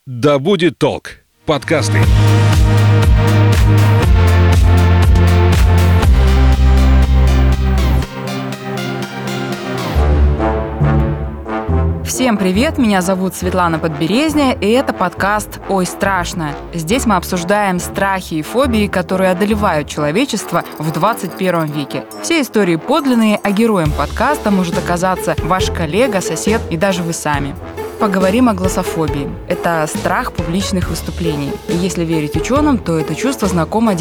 Да будет толк. Подкасты. Всем привет, меня зовут Светлана Подберезня, и это подкаст «Ой, страшно». Здесь мы обсуждаем страхи и фобии, которые одолевают человечество в 21 веке. Все истории подлинные, а героем подкаста может оказаться ваш коллега, сосед и даже вы сами. Поговорим о глоссофобии. Это страх публичных выступлений. И если верить ученым, то это чувство знакомо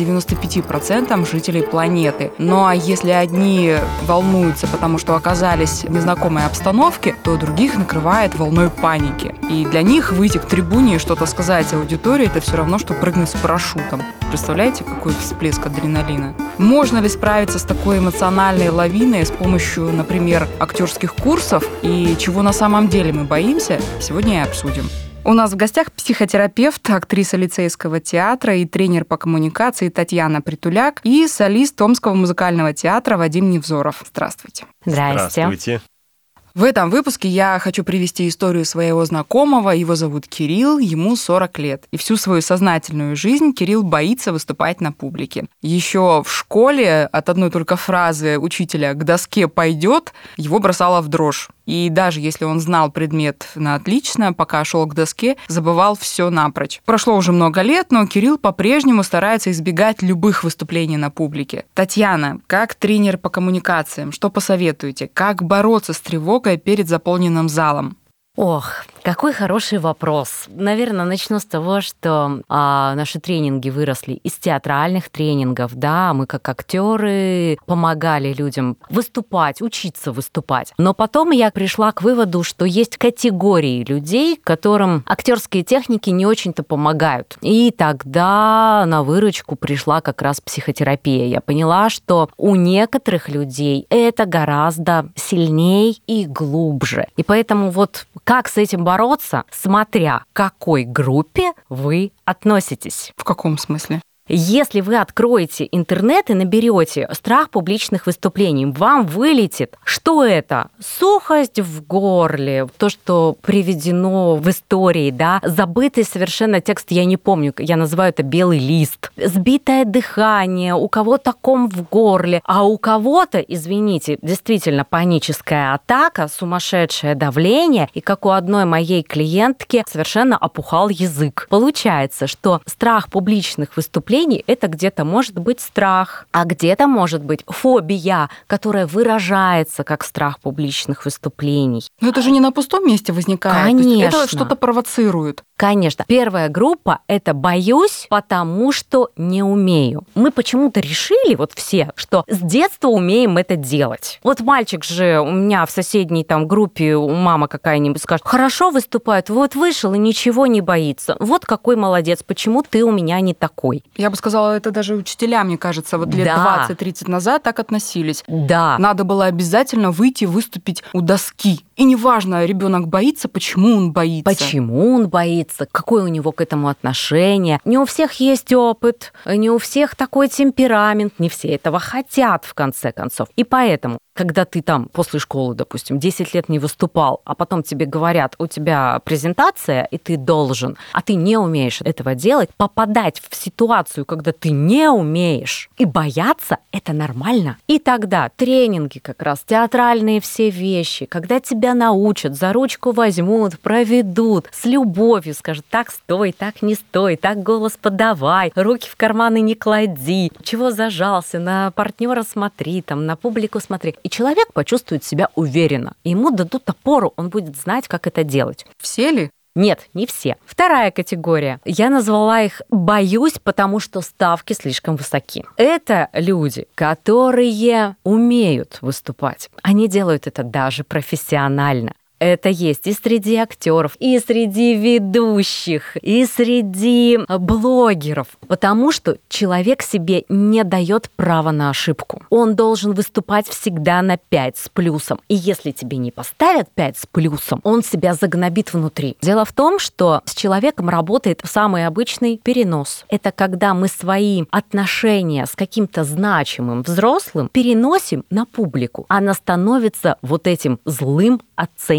95% жителей планеты. Ну а если одни волнуются, потому что оказались в незнакомой обстановке, то других накрывает волной паники. И для них выйти к трибуне и что-то сказать аудитории – это все равно, что прыгнуть с парашютом. Представляете, какой всплеск адреналина? Можно ли справиться с такой эмоциональной лавиной с помощью, например, актерских курсов? И чего на самом деле мы боимся, сегодня и обсудим. У нас в гостях психотерапевт, актриса лицейского театра и тренер по коммуникации Татьяна Притуляк и солист Томского музыкального театра Вадим Невзоров. Здравствуйте. Здравствуйте. В этом выпуске я хочу привести историю своего знакомого. Его зовут Кирилл, ему 40 лет. И всю свою сознательную жизнь Кирилл боится выступать на публике. Еще в школе от одной только фразы учителя «к доске пойдет» его бросало в дрожь. И даже если он знал предмет на отлично, пока шел к доске, забывал все напрочь. Прошло уже много лет, но Кирилл по-прежнему старается избегать любых выступлений на публике. Татьяна, как тренер по коммуникациям, что посоветуете? Как бороться с тревогой перед заполненным залом? Ох, какой хороший вопрос. Наверное, начну с того, что наши тренинги выросли из театральных тренингов, да, мы как актеры помогали людям выступать, учиться выступать. Но потом я пришла к выводу, что есть категории людей, которым актерские техники не очень-то помогают. И тогда на выручку пришла как раз психотерапия. Я поняла, что у некоторых людей это гораздо сильнее и глубже. И поэтому вот как с этим бороться, смотря к какой группе вы относитесь. В каком смысле? Если вы откроете интернет и наберете страх публичных выступлений, вам вылетит, что это? Сухость в горле, то, что приведено в истории, да, забытый совершенно текст, я не помню, я называю это белый лист, сбитое дыхание, у кого-то ком в горле, а у кого-то, извините, действительно паническая атака, сумасшедшее давление, и как у одной моей клиентки совершенно опухал язык. Получается, что страх публичных выступлений это где-то может быть страх, а где-то может быть фобия, которая выражается как страх публичных выступлений. Но это же не на пустом месте возникает. Конечно. То есть это что-то провоцирует. Конечно. Первая группа – это «боюсь, потому что не умею». Мы почему-то решили, вот все, что с детства умеем это делать. Вот мальчик же у меня в соседней там группе, у мамы какая-нибудь скажет: хорошо выступает, вот вышел и ничего не боится. Вот какой молодец, почему ты у меня не такой? Я бы сказала, это даже учителя, мне кажется, вот лет 20-30 назад так относились. Да. Надо было обязательно выйти выступить у доски. И неважно, ребенок боится, почему он боится. Почему он боится, какое у него к этому отношение. Не у всех есть опыт, не у всех такой темперамент, не все этого хотят, в конце концов. И поэтому, когда ты там после школы, допустим, 10 лет не выступал, а потом тебе говорят, у тебя презентация, и ты должен, а ты не умеешь этого делать, попадать в ситуацию, когда ты не умеешь, и бояться, это нормально. И тогда тренинги как раз, театральные все вещи, когда тебя научат, за ручку возьмут, проведут, с любовью скажут: так стой, так не стой, так голос подавай, руки в карманы не клади, чего зажался, на партнера смотри, там, на публику смотри. И человек почувствует себя уверенно. Ему дадут опору, он будет знать, как это делать. Все ли? Нет, не все. Вторая категория. Я назвала их «боюсь, потому что ставки слишком высоки». Это люди, которые умеют выступать. Они делают это даже профессионально. Это есть и среди актеров, и среди ведущих, и среди блогеров. Потому что человек себе не дает права на ошибку. Он должен выступать всегда на 5 с плюсом. И если тебе не поставят 5 с плюсом, он себя загнобит внутри. Дело в том, что с человеком работает самый обычный перенос. Это когда мы свои отношения с каким-то значимым взрослым переносим на публику. Она становится вот этим злым, оценивающим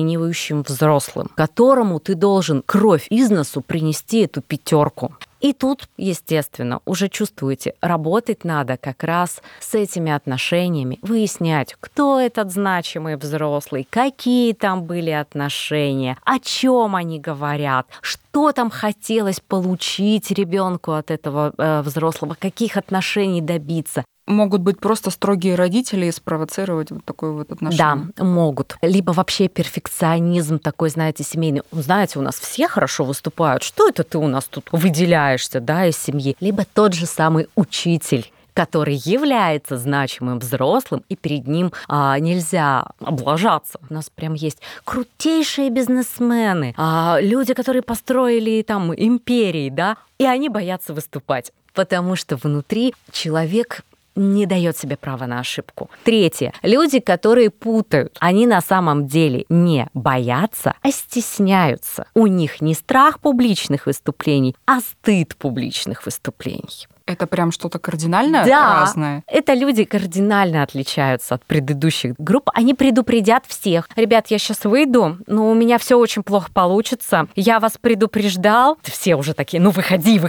оценивающим взрослым, которому ты должен кровь из носу принести эту 5. И тут, естественно, уже чувствуете, работать надо как раз с этими отношениями, выяснять, кто этот значимый взрослый, какие там были отношения, о чем они говорят, что там хотелось получить ребенку от этого взрослого, каких отношений добиться. Могут быть просто строгие родители и спровоцировать вот такое вот отношение. Да, могут. Либо вообще перфекционизм такой, знаете, семейный. Знаете, у нас все хорошо выступают. Что это ты у нас тут выделяешься, да, из семьи? Либо тот же самый учитель, который является значимым взрослым, и перед ним нельзя облажаться. У нас прям есть крутейшие бизнесмены, люди, которые построили там империи, да, и они боятся выступать, потому что внутри человек не дает себе права на ошибку. 3. Люди, которые путают, они на самом деле не боятся, а стесняются. У них не страх публичных выступлений, а стыд публичных выступлений. Это прям что-то кардинально разное? Да, это люди кардинально отличаются от предыдущих групп. Они предупредят всех. Ребят, я сейчас выйду, но у меня все очень плохо получится. Я вас предупреждал. Все уже такие, ну выходи.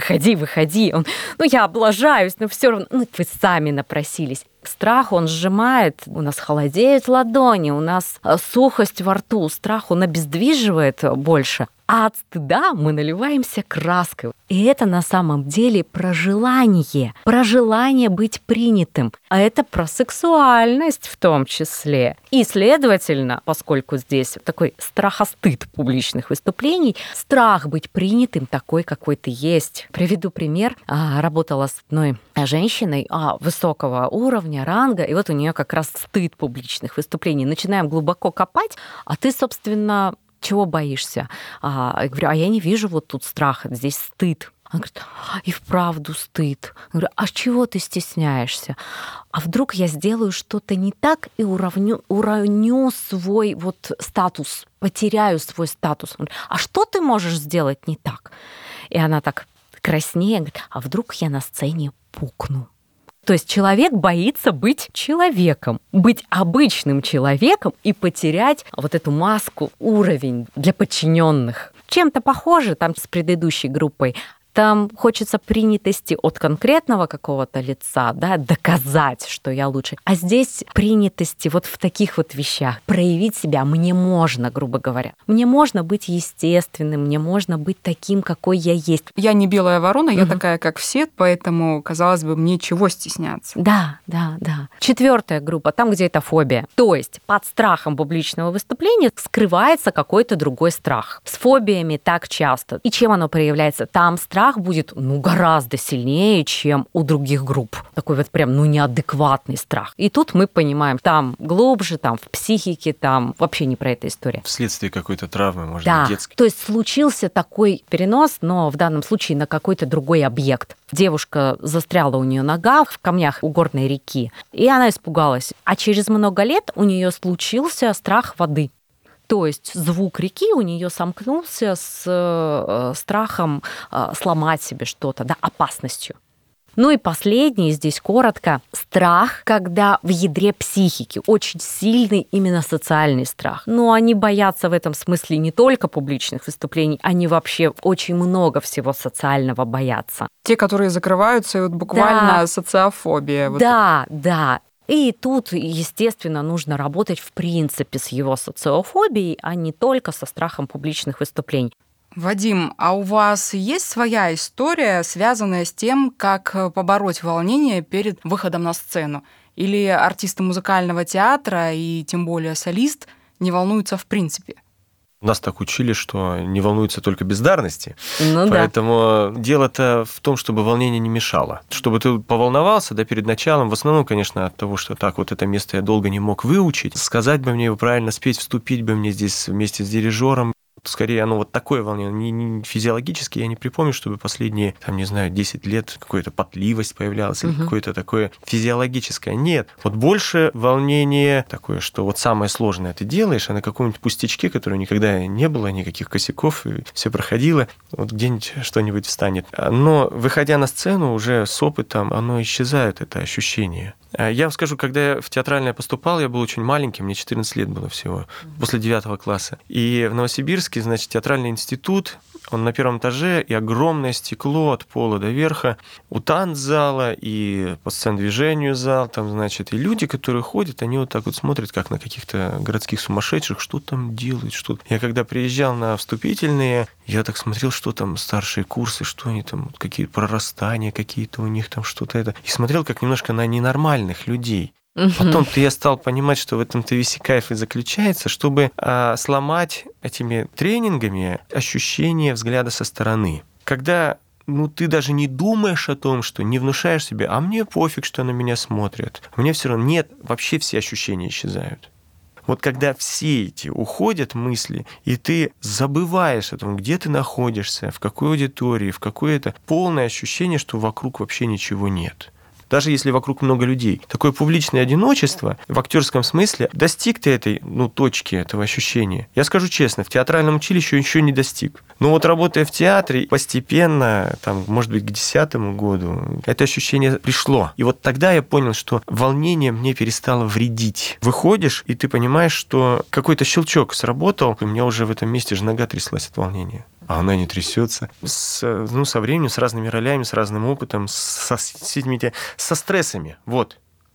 Ну я облажаюсь, но все равно. Ну вы сами напросились. Страх, он сжимает, у нас холодеют ладони, у нас сухость во рту, страх, он обездвиживает больше. А от стыда мы наливаемся краской. И это на самом деле про желание быть принятым. А это про сексуальность в том числе. И, следовательно, поскольку здесь такой страхостыд публичных выступлений, страх быть принятым такой, какой ты есть. Приведу пример. Работала с одной женщиной высокого уровня, ранга, и вот у нее как раз стыд публичных выступлений. Начинаем глубоко копать, а ты, собственно, чего боишься? Я говорю, я не вижу вот тут страха, здесь стыд. Она говорит, и вправду стыд. Я говорю, а чего ты стесняешься? А вдруг я сделаю что-то не так и уроню свой вот статус, потеряю свой статус? Говорю, а что ты можешь сделать не так? И она так краснее говорит, а вдруг я на сцене пукну? То есть человек боится быть человеком, быть обычным человеком и потерять вот эту маску, уровень для подчиненных. Чем-то похоже там с предыдущей группой. Там хочется принятости от конкретного какого-то лица, да, доказать, что я лучше. А здесь принятости вот в таких вот вещах. Проявить себя мне можно, грубо говоря. Мне можно быть естественным, мне можно быть таким, какой я есть. Я не белая ворона, я такая, как все, поэтому, казалось бы, мне чего стесняться? Да. 4 группа, там, где это фобия. То есть под страхом публичного выступления скрывается какой-то другой страх. С фобиями так часто. И чем оно проявляется? Там страх будет, гораздо сильнее, чем у других групп. Такой вот прям, неадекватный страх. И тут мы понимаем, там глубже, там в психике, там вообще не про эту историю. Вследствие какой-то травмы, может быть, детской. То есть случился такой перенос, но в данном случае на какой-то другой объект. Девушка застряла у нее нога в камнях у горной реки, и она испугалась. А через много лет у нее случился страх воды. То есть звук реки у нее сомкнулся с страхом сломать себе что-то, да, опасностью. Ну и последний здесь коротко. Страх, когда в ядре психики очень сильный именно социальный страх. Но они боятся в этом смысле не только публичных выступлений, они вообще очень много всего социального боятся. Те, которые закрываются, и вот буквально социофобия. Да. И тут, естественно, нужно работать в принципе с его социофобией, а не только со страхом публичных выступлений. Вадим, а у вас есть своя история, связанная с тем, как побороть волнение перед выходом на сцену? Или артисты музыкального театра, и тем более солист, не волнуются в принципе? Нас так учили, что не волнуются только бездарности. Ну, поэтому дело-то в том, чтобы волнение не мешало. Чтобы ты поволновался, перед началом, в основном, конечно, от того, что так вот это место я долго не мог выучить, сказать бы мне его правильно, спеть, вступить бы мне здесь вместе с дирижером. Скорее, оно вот такое волнение, не физиологически, я не припомню, чтобы последние, 10 лет какая-то потливость появлялась, или какое-то такое физиологическое. Нет, вот больше волнение такое, что вот самое сложное ты делаешь, а на каком-нибудь пустячке, которого никогда не было, никаких косяков, и все проходило, вот где-нибудь что-нибудь встанет. Но, выходя на сцену, уже с опытом оно исчезает, это ощущение. Я вам скажу, когда я в театральное поступал, я был очень маленький, мне 14 лет было всего, после 9 класса. И в Новосибирске, значит, театральный институт, он на 1 этаже, и огромное стекло от пола до верха, у танцзала и по сцен-движению зал, там, значит, и люди, которые ходят, они вот так вот смотрят, как на каких-то городских сумасшедших, что там делают, что... Я когда приезжал на вступительные, я так смотрел, что там старшие курсы, что они там, вот какие прорастания какие-то у них там, что-то это. И смотрел как немножко на ненормальных людей. Потом-то я стал понимать, что в этом-то весь кайф и заключается, чтобы сломать этими тренингами ощущение взгляда со стороны. Когда ты даже не думаешь о том, что не внушаешь себе, а мне пофиг, что на меня смотрят. Мне все равно нет, вообще все ощущения исчезают. Вот когда все эти уходят мысли, и ты забываешь о том, где ты находишься, в какой аудитории, в какое-то полное ощущение, что вокруг вообще ничего нет. Даже если вокруг много людей. Такое публичное одиночество в актерском смысле, достиг ты этой точки, этого ощущения. Я скажу честно, в театральном училище еще не достиг. Но вот работая в театре, постепенно, там, может быть, к 10-му году, это ощущение пришло. И вот тогда я понял, что волнение мне перестало вредить. Выходишь, и ты понимаешь, что какой-то щелчок сработал, и у меня уже в этом месте же нога тряслась от волнения. А она не трясется. Со временем, с разными ролями, с разным опытом, со стрессами. Вот.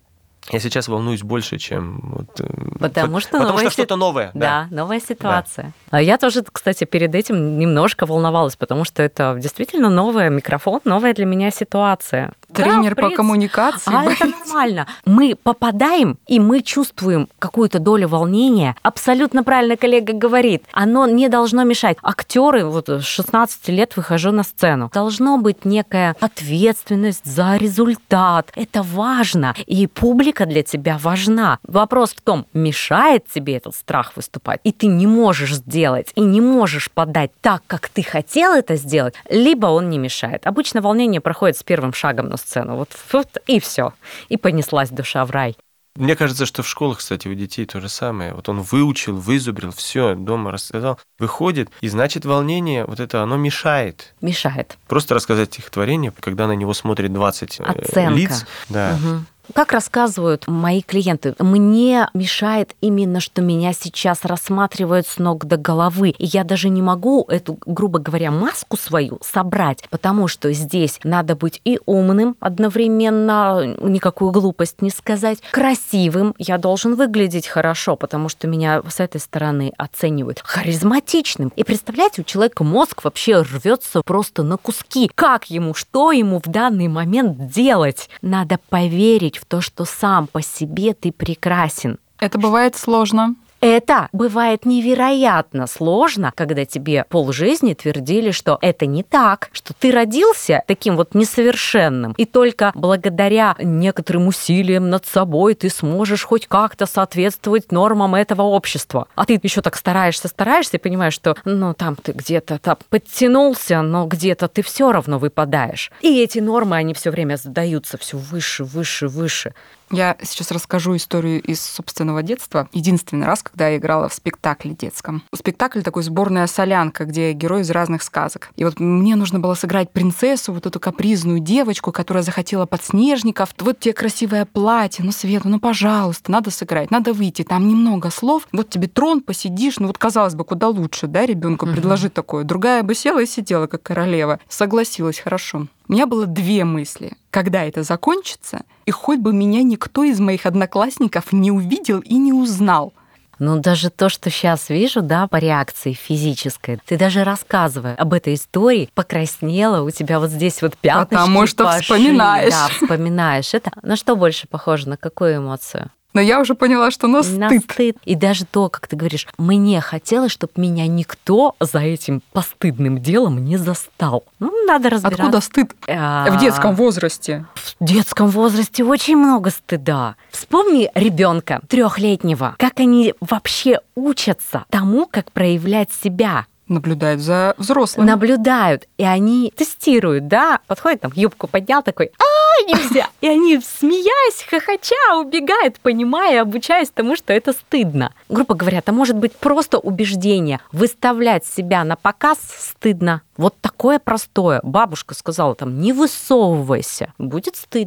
Я сейчас волнуюсь больше, чем... Потому что что-то новое. Да, новая ситуация. Да. Я тоже, кстати, перед этим немножко волновалась, потому что это действительно новый микрофон, новая для меня ситуация. Тренер по коммуникации. Это нормально. Мы попадаем, и мы чувствуем какую-то долю волнения. Абсолютно правильно коллега говорит. Оно не должно мешать. Актеры, вот с 16 лет выхожу на сцену. Должно быть некая ответственность за результат. Это важно. И публика для тебя важна. Вопрос в том, мешает тебе этот страх выступать, и ты не можешь сделать, и не можешь подать так, как ты хотел это сделать, либо он не мешает. Обычно волнение проходит с первым шагом на сцену. Вот и все. И понеслась душа в рай. Мне кажется, что в школах, кстати, у детей то же самое. Вот он выучил, вызубрил, все, дома рассказал, выходит, и значит волнение, вот это, оно мешает. Мешает. Просто рассказать стихотворение, когда на него смотрит 20 лиц. Да. Угу. Как рассказывают мои клиенты, мне мешает именно, что меня сейчас рассматривают с ног до головы. И я даже не могу эту, грубо говоря, маску свою собрать, потому что здесь надо быть и умным одновременно, никакую глупость не сказать, красивым, я должен выглядеть хорошо, потому что меня с этой стороны оценивают, харизматичным. И представляете, у человека мозг вообще рвется просто на куски. Как ему, что ему в данный момент делать? Надо поверить в то, что сам по себе ты прекрасен. Это бывает сложно. Это бывает невероятно сложно, когда тебе полжизни твердили, что это не так, что ты родился таким вот несовершенным, и только благодаря некоторым усилиям над собой ты сможешь хоть как-то соответствовать нормам этого общества. А ты еще так стараешься и понимаешь, что там ты где-то там подтянулся, но где-то ты все равно выпадаешь. И эти нормы, они все время задаются все выше, выше, выше. Я сейчас расскажу историю из собственного детства. Единственный раз, когда я играла в спектакле детском. Спектакль такой «Сборная солянка», где герои из разных сказок. И вот мне нужно было сыграть принцессу, вот эту капризную девочку, которая захотела подснежников. Вот тебе красивое платье, Света, пожалуйста, надо сыграть, надо выйти. Там немного слов. Вот тебе трон, посидишь. Вот казалось бы, куда лучше, да, ребенку предложить такое. Другая бы села и сидела, как королева. Согласилась, хорошо. У меня было 2 мысли. Когда это закончится, и хоть бы меня никто из моих одноклассников не увидел и не узнал. Даже то, что сейчас вижу, да, по реакции физической, ты даже рассказывая об этой истории, покраснела, у тебя вот здесь вот пятнышки потому что пошли. Вспоминаешь. Да, вспоминаешь. Это на что больше похоже, на какую эмоцию? Но я уже поняла, что на стыд. И даже то, как ты говоришь, мне хотелось, чтобы меня никто за этим постыдным делом не застал. Надо разбираться. Откуда стыд? В детском возрасте. В детском возрасте очень много стыда. Вспомни ребенка 3-летнего. Как они вообще учатся тому, как проявлять себя. Наблюдают за взрослыми. Наблюдают, и они тестируют, да, подходит, юбку поднял, такой, нельзя. И они, смеясь, хохоча, убегают, понимая, обучаясь тому, что это стыдно. Грубо говоря, это может быть просто убеждение. Выставлять себя на показ стыдно. Вот такое простое. Бабушка сказала, не высовывайся, будет стыдно.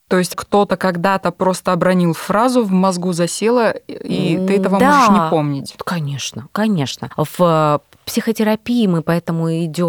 То есть кто-то когда-то просто обронил фразу, в мозгу засела, и ты этого можешь не помнить. Конечно, конечно. В психотерапии мы поэтому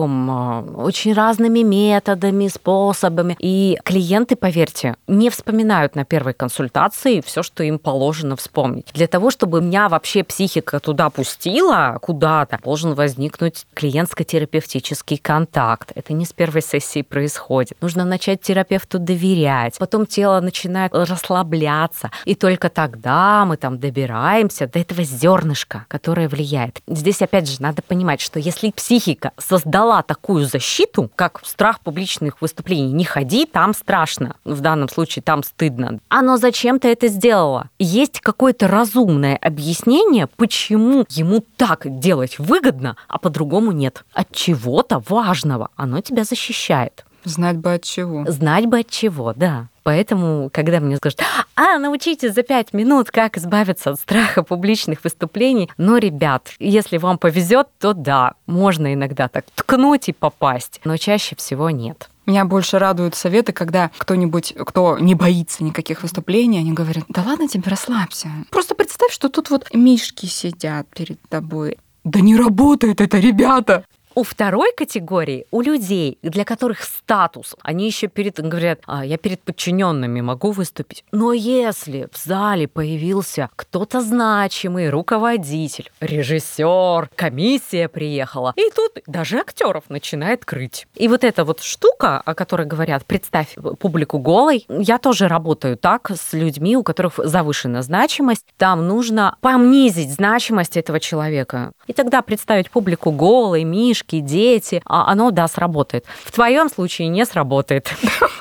идем очень разными методами, способами. И клиенты, поверьте, не вспоминают на первой консультации все, что им положено вспомнить. Для того, чтобы меня вообще психика туда пустила, куда-то, должен возникнуть клиентско-терапевтический контакт. Это не с первой сессии происходит. Нужно начать терапевту доверять. Потом тело начинает расслабляться. И только тогда мы там добираемся до этого зернышка, которое влияет. Здесь, опять же, надо понимать, что если психика создала такую защиту, как страх публичных выступлений, не ходи, там страшно, в данном случае там стыдно, оно зачем-то это сделало. Есть какое-то разумное объяснение, почему ему так делать выгодно, а по-другому нет. От чего-то важного оно тебя защищает. Знать бы от чего. Знать бы от чего, да. Поэтому, когда мне скажут, научитесь за 5 минут, как избавиться от страха публичных выступлений. Но, ребят, если вам повезет, то да, можно иногда так ткнуть и попасть, но чаще всего нет. Меня больше радуют советы, когда кто-нибудь, кто не боится никаких выступлений, они говорят: да ладно тебе, расслабься. Просто представь, что тут вот мишки сидят перед тобой. Да не работает это, ребята! У второй категории, у людей, для которых статус, они еще говорят, я перед подчиненными могу выступить. Но если в зале появился кто-то значимый, руководитель, режиссер, комиссия приехала, и тут даже актеров начинает крыть. И вот эта вот штука, о которой говорят, представь публику голой, я тоже работаю так с людьми, у которых завышена значимость. Там нужно понизить значимость этого человека. И тогда представить публику голой, мишки, дети, оно, да, сработает. В твоем случае не сработает.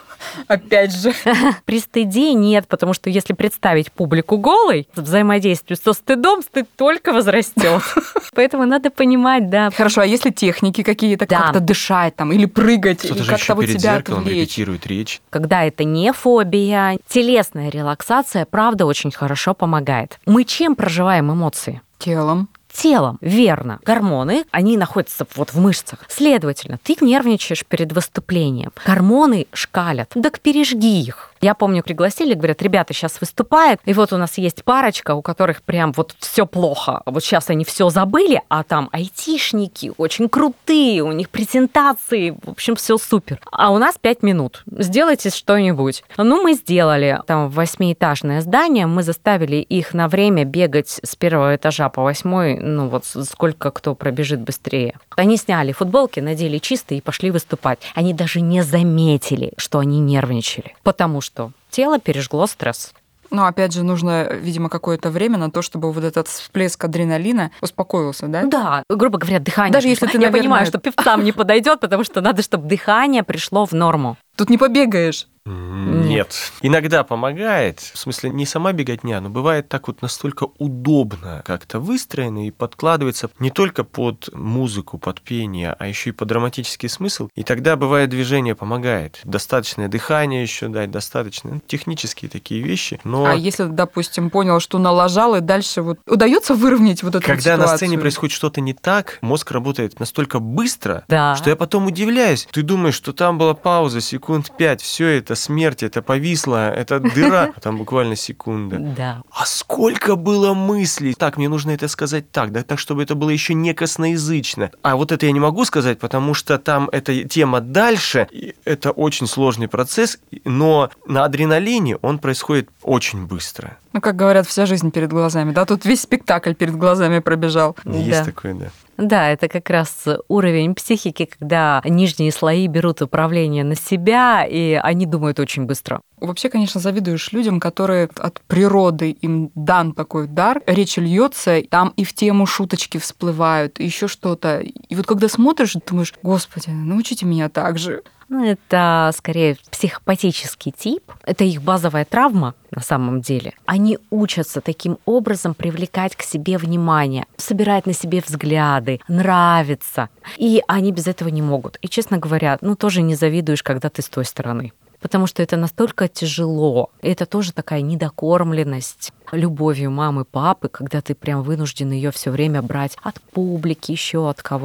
Опять же. При стыде нет, потому что если представить публику голой, взаимодействие со стыдом, стыд только возрастет. Поэтому надо понимать, да. Хорошо, а если техники какие-то, как-то дышать там, или прыгать, кто-то или же как-то еще вот перед себя зеркалом отвлечь? репетирует речь. Когда это не фобия, телесная релаксация, правда, очень хорошо помогает. Мы чем проживаем эмоции? Телом. Телом, верно. Гормоны, они находятся вот в мышцах. Следовательно, ты нервничаешь перед выступлением. Гормоны шкалят. Так пережги их. Я помню, пригласили, говорят, ребята сейчас выступают, и вот у нас есть парочка, у которых прям вот все плохо. Вот сейчас они все забыли, а там айтишники очень крутые, у них презентации, в общем, все супер. А у нас 5 минут. Сделайте что-нибудь. Ну, мы сделали. Там 8-этажное здание, мы заставили их на время бегать с 1-го этажа по 8-й, ну вот сколько кто пробежит быстрее. Они сняли футболки, надели чистые и пошли выступать. Они даже не заметили, что они нервничали, потому что тело пережгло стресс. Но опять же, нужно, видимо, какое-то время на то, чтобы вот этот всплеск адреналина успокоился, да? Да, грубо говоря, дыхание. Даже если ты, Я наверное, понимаю, что певцам не подойдет, потому что надо, чтобы дыхание пришло в норму. Тут не побегаешь. Нет. Иногда помогает, в смысле не сама беготня, но бывает так вот настолько удобно как-то выстроено и подкладывается не только под музыку, под пение, а еще и под драматический смысл. И тогда бывает движение помогает. Достаточное дыхание еще дать, достаточно технические такие вещи. Но А если, допустим, понял, что налажал, и дальше вот удается выровнять вот эту когда ситуацию? на сцене происходит что-то не так, мозг работает настолько быстро, Да. что я потом удивляюсь. Ты думаешь, что там была пауза секунд 5, все это смерть, это повисло, это дыра, а там буквально секунда. Да. А сколько было мыслей? Так, мне нужно это сказать так, да, так, чтобы это было еще не косноязычно. А вот это я не могу сказать, потому что там эта тема дальше, и это очень сложный процесс, но на адреналине он происходит очень быстро. Ну, как говорят, вся жизнь перед глазами, да? Тут весь спектакль перед глазами пробежал. Есть Да. такое, да. Да, это как раз уровень психики, когда нижние слои берут управление на себя, и они думают очень быстро. Вообще, конечно, завидуешь людям, которые от природы им дан такой дар, речь льется, там и в тему шуточки всплывают, и еще что-то. И вот когда смотришь, думаешь: Господи, научите меня так же. Ну, это скорее психопатический тип. Это их базовая травма на самом деле. Они учатся таким образом привлекать к себе внимание, собирать на себе взгляды, нравиться. И они без этого не могут. И, честно говоря, тоже не завидуешь, когда ты с той стороны. Потому что это настолько тяжело. И это тоже такая недокормленность любовью мамы, папы, когда ты прям вынужден ее все время брать от публики, еще от кого-то.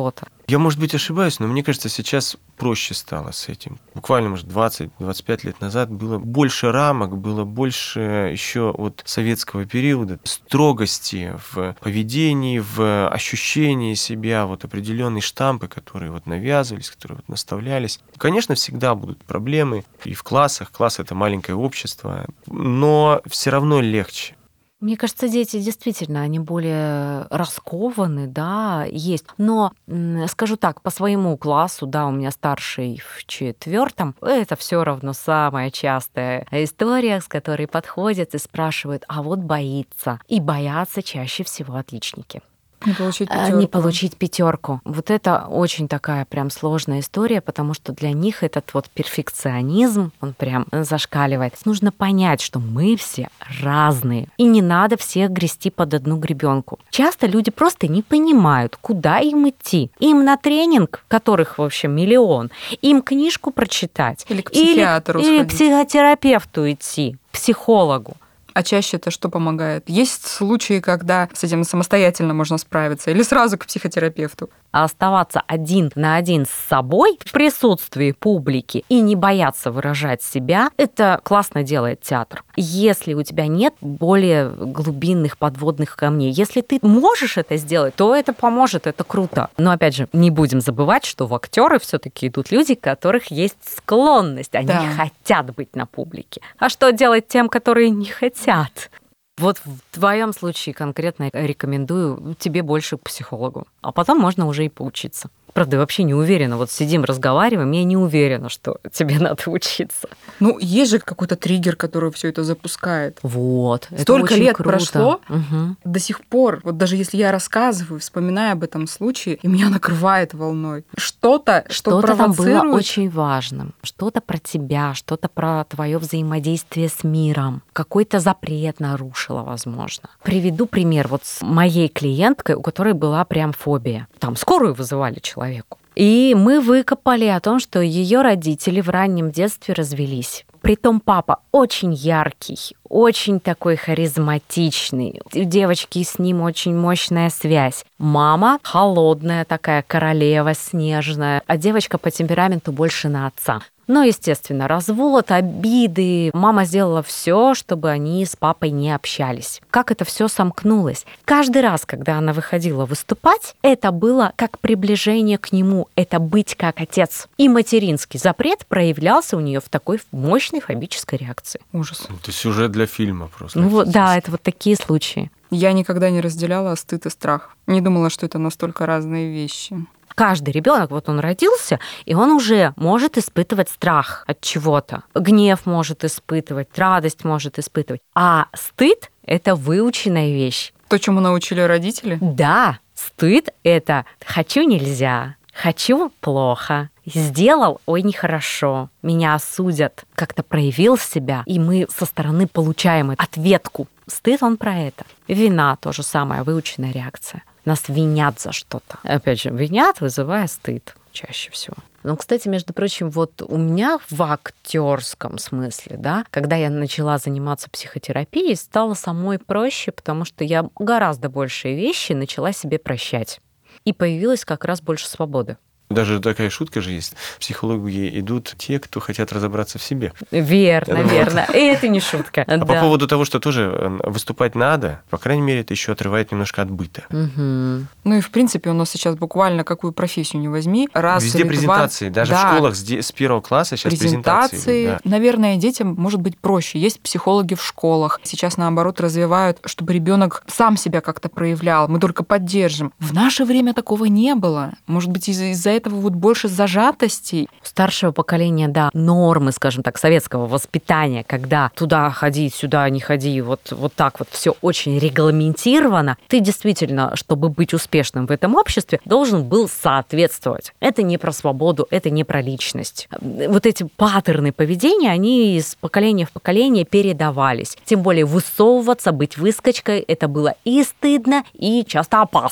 Я, может быть, ошибаюсь, но мне кажется, сейчас проще стало с этим. Буквально, может, 20-25 лет назад было больше рамок, было больше еще от советского периода строгости в поведении, в ощущении себя, вот определенные штампы, которые вот навязывались, которые вот наставлялись. Конечно, всегда будут проблемы и в классах. Класс — это маленькое общество, но все равно легче. Мне кажется, дети действительно, они более раскованы, да, есть. Но, скажу так, по своему классу, да, у меня старший в 4-м, это все равно самая частая история, с которой подходят и спрашивают, а вот боится. И боятся чаще всего отличники. Не получить пятерку. Не получить пятерку. Вот это очень такая прям сложная история, потому что для них этот вот перфекционизм, он прям зашкаливает. Нужно понять, что мы все разные, и не надо всех грести под одну гребенку. Часто люди просто не понимают, куда им идти. Им на тренинг, которых, в общем, миллион, им книжку прочитать. Или к психиатру или сходить. к психотерапевту идти, к психологу. А чаще это что помогает? Есть случаи, когда с этим самостоятельно можно справиться, или сразу к психотерапевту? А оставаться один на один с собой в присутствии публики и не бояться выражать себя, это классно делает театр. Если у тебя нет более глубинных подводных камней, если ты можешь это сделать, то это поможет, это круто. Но опять же, не будем забывать, что в актеры все-таки идут люди, у которых есть склонность, они хотят быть на публике. А что делать тем, которые не хотят? Вот в твоем случае конкретно рекомендую тебе больше к психологу. А потом можно уже и поучиться. Правда, я вообще не уверена. Вот сидим, разговариваем, я не уверена, что тебе надо учиться. Ну, есть же какой-то триггер, который все это запускает. Вот. Столько это лет круто. прошло, Угу. до сих пор, вот даже если я рассказываю, вспоминаю об этом случае, и меня накрывает волной. Что-то Что-то там провоцирует. было очень важным. Что-то про тебя, что-то про твое взаимодействие с миром. Какой-то запрет нарушила, возможно. Приведу пример вот с моей клиенткой, у которой была прям фобия. Там скорую вызывали человеку. И мы выкопали о том, что ее родители в раннем детстве развелись. Притом папа очень яркий, очень такой харизматичный. У девочки с ним очень мощная связь. Мама холодная такая, королева снежная, а девочка по темпераменту больше на отца. Но, естественно, развод, обиды. Мама сделала все, чтобы они с папой не общались. Как это все сомкнулось? Каждый раз, когда она выходила выступать, это было как приближение к нему, это быть как отец. И материнский запрет проявлялся у нее в такой мощной фобической реакции. Ужас. Это сюжет для фильма просто. Ну вот, да, это вот такие случаи. Я никогда не разделяла стыд и страх. Не думала, что это настолько разные вещи. Каждый ребенок, вот он родился, и он уже может испытывать страх от чего-то. Гнев может испытывать, радость может испытывать. А стыд — это выученная вещь. То, чему научили родители? Да, стыд — это «хочу нельзя», «хочу плохо», «сделал, ой, нехорошо», «меня осудят», как-то проявил себя, и мы со стороны получаем ответку. Стыд, он про это. Вина — то же самое, выученная реакция. Нас винят за что-то. Опять же, винят, вызывая стыд чаще всего. Ну, кстати, между прочим, вот у меня в актерском смысле, да, когда я начала заниматься психотерапией, стало самой проще, потому что я гораздо большие вещи начала себе прощать. И появилось как раз больше свободы. Даже такая шутка же есть. В психологии идут те, кто хотят разобраться в себе. Верно, верно. И это не шутка. А по поводу того, что тоже выступать надо, по крайней мере, это еще отрывает немножко от быта. Ну и, в принципе, у нас сейчас буквально какую профессию не возьми. Раз Везде или презентации. два. Даже в школах с первого класса сейчас презентации. Да. Наверное, детям может быть проще. Есть психологи в школах. Сейчас, наоборот, развивают, чтобы ребенок сам себя как-то проявлял. Мы только поддержим. В наше время такого не было. Может быть, из-за этого вот больше зажатостей. У старшего поколения, да, нормы, скажем так, советского воспитания, когда туда ходи, сюда не ходи, вот так вот все очень регламентировано. Ты действительно, чтобы быть успешным в этом обществе, должен был соответствовать. Это не про свободу, это не про личность. Вот эти паттерны поведения, они из поколения в поколение передавались. Тем более высовываться, быть выскочкой, это было и стыдно, и часто опасно.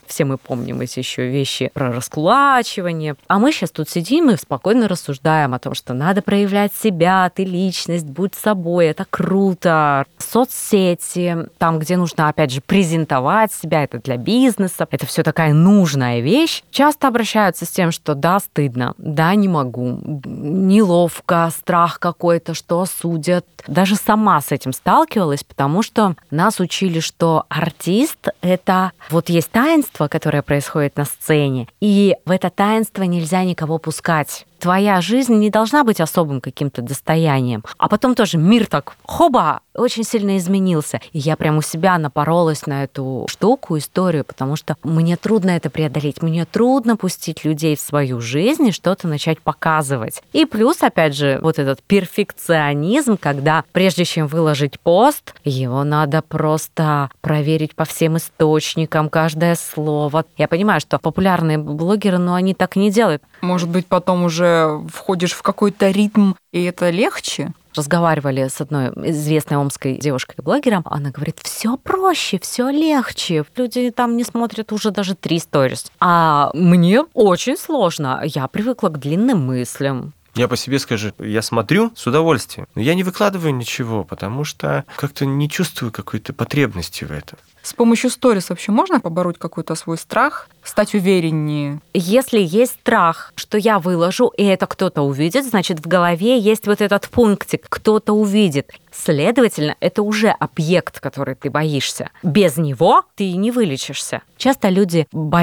Все мы помним эти еще вещи про раскулачивание. А мы сейчас тут сидим и спокойно рассуждаем о том, что надо проявлять себя, ты личность, будь собой, это круто. Соцсети, там, где нужно, опять же, презентовать себя, это для бизнеса, это все такая нужная вещь. Часто обращаются с тем, что да, стыдно, да, не могу, неловко, страх какой-то, что осудят. Даже сама с этим сталкивалась, потому что нас учили, что артист — это вот есть таинство, которое происходит на сцене, и в это таинство нельзя никого пускать. Твоя жизнь не должна быть особым каким-то достоянием. А потом тоже мир так, хоба, очень сильно изменился. И я прям у себя напоролась на эту штуку, историю, потому что мне трудно это преодолеть. Мне трудно пустить людей в свою жизнь и что-то начать показывать. И плюс, опять же, вот этот перфекционизм, когда прежде чем выложить пост, его надо просто проверить по всем источникам, каждое слово. Я понимаю, что популярные блогеры, но они так не делают. Может быть, потом уже входишь в какой-то ритм, и это легче? Разговаривали с одной известной омской девушкой-блогером. Она говорит, все проще, все легче. Люди там не смотрят уже даже 3 сторис. А мне очень сложно. Я привыкла к длинным мыслям. Я по себе скажу, я смотрю с удовольствием, но я не выкладываю ничего, потому что как-то не чувствую какой-то потребности в этом. С помощью сторис вообще можно побороть какой-то свой страх, стать увереннее? Если есть страх, что я выложу, и это кто-то увидит, значит, в голове есть вот этот пунктик, кто-то увидит. Следовательно, это уже объект, который ты боишься. Без него ты не вылечишься. Часто люди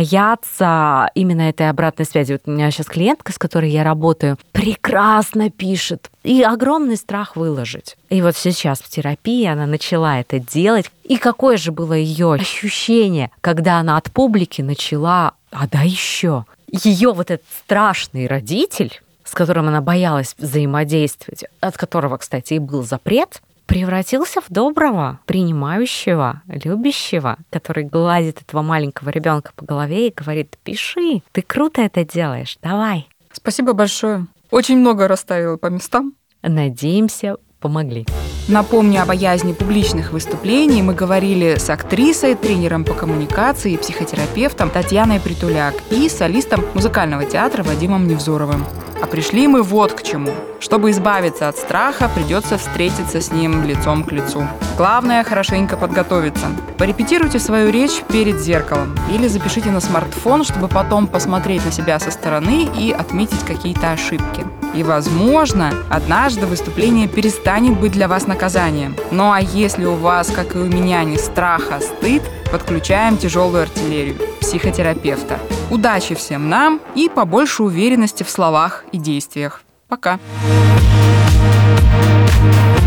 боятся именно этой обратной связи. Вот у меня сейчас клиентка, с которой я работаю, прекрасно пишет. И огромный страх выложить. И вот сейчас в терапии она начала это делать. И какое же было ее ощущение, когда она от публики начала, а да еще. Ее вот этот страшный родитель, с которым она боялась взаимодействовать, от которого, кстати, и был запрет, превратился в доброго, принимающего, любящего, который гладит этого маленького ребенка по голове и говорит: пиши, ты круто это делаешь, давай. Спасибо большое. Очень много расставила по местам. Надеемся, помогли. Напомню о боязни публичных выступлений. Мы говорили с актрисой, тренером по коммуникации и психотерапевтом Татьяной Притуляк и солистом музыкального театра Вадимом Невзоровым. А пришли мы вот к чему. Чтобы избавиться от страха, придется встретиться с ним лицом к лицу. Главное – хорошенько подготовиться. Порепетируйте свою речь перед зеркалом или запишите на смартфон, чтобы потом посмотреть на себя со стороны и отметить какие-то ошибки. И, возможно, однажды выступление перестанет быть для вас наказанием. Ну а если у вас, как и у меня, не страх, а стыд, подключаем тяжелую артиллерию – психотерапевта. Удачи всем нам и побольше уверенности в словах и действиях. Пока!